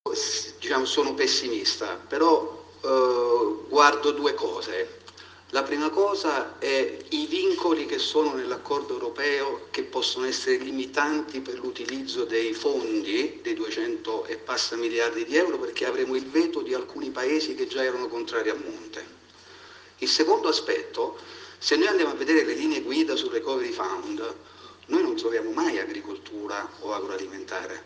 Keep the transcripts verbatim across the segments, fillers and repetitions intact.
diciamo, sono pessimista, però eh, guardo due cose. La prima cosa è i vincoli che sono nell'accordo europeo che possono essere limitanti per l'utilizzo dei fondi, dei duecento e passa miliardi di euro, perché avremo il veto di alcuni paesi che già erano contrari a monte. Il secondo aspetto, se noi andiamo a vedere le linee guida sul Recovery Fund, noi non troviamo mai agricoltura o agroalimentare.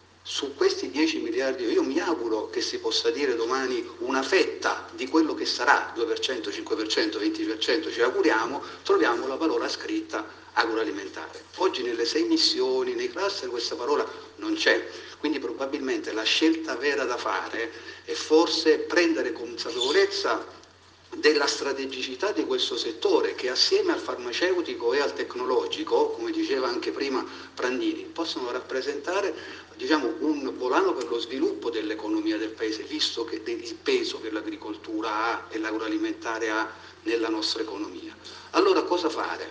Su questi dieci miliardi io mi auguro che si possa dire domani una fetta di quello che sarà due per cento, cinque per cento, venti per cento, ci auguriamo, troviamo la parola scritta agroalimentare. Oggi nelle sei missioni, nei cluster questa parola non c'è, quindi probabilmente la scelta vera da fare è forse prendere consapevolezza della strategicità di questo settore che assieme al farmaceutico e al tecnologico, come diceva anche prima Prandini, possono rappresentare, diciamo, un volano per lo sviluppo dell'economia del paese, visto che il peso che l'agricoltura ha e l'agroalimentare ha nella nostra economia. Allora cosa fare?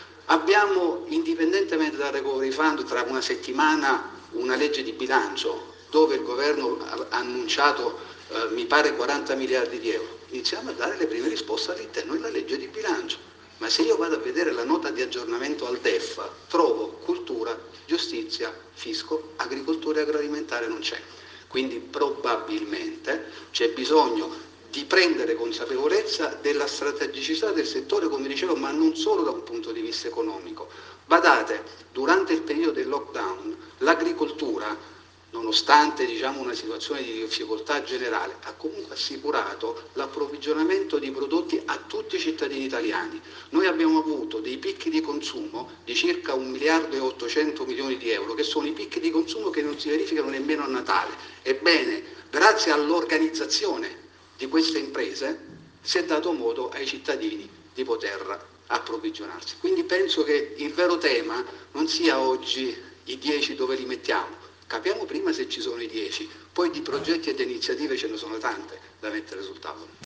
Abbiamo, indipendentemente dal Recovery Fund, tra una settimana una legge di bilancio dove il governo ha annunciato eh, mi pare quaranta miliardi di euro. Iniziamo a dare le prime risposte all'interno della legge di bilancio. Ma se io vado a vedere la nota di aggiornamento al D E F, trovo cultura, giustizia, fisco, agricoltura e agroalimentare non c'è. Quindi probabilmente c'è bisogno di prendere consapevolezza della strategicità del settore, come dicevo, ma non solo da un punto di vista economico. Badate, durante il periodo del lockdown, l'agricoltura, nonostante diciamo, una situazione di difficoltà generale, ha comunque assicurato l'approvvigionamento di prodotti a tutti i cittadini italiani. Noi abbiamo avuto dei picchi di consumo di circa un miliardo e ottocento milioni di euro, che sono i picchi di consumo che non si verificano nemmeno a Natale. Ebbene, grazie all'organizzazione di queste imprese si è dato modo ai cittadini di poter approvvigionarsi. Quindi penso che il vero tema non sia oggi i dieci dove li mettiamo. Capiamo prima se ci sono i dieci, poi di progetti e di iniziative ce ne sono tante da mettere sul tavolo.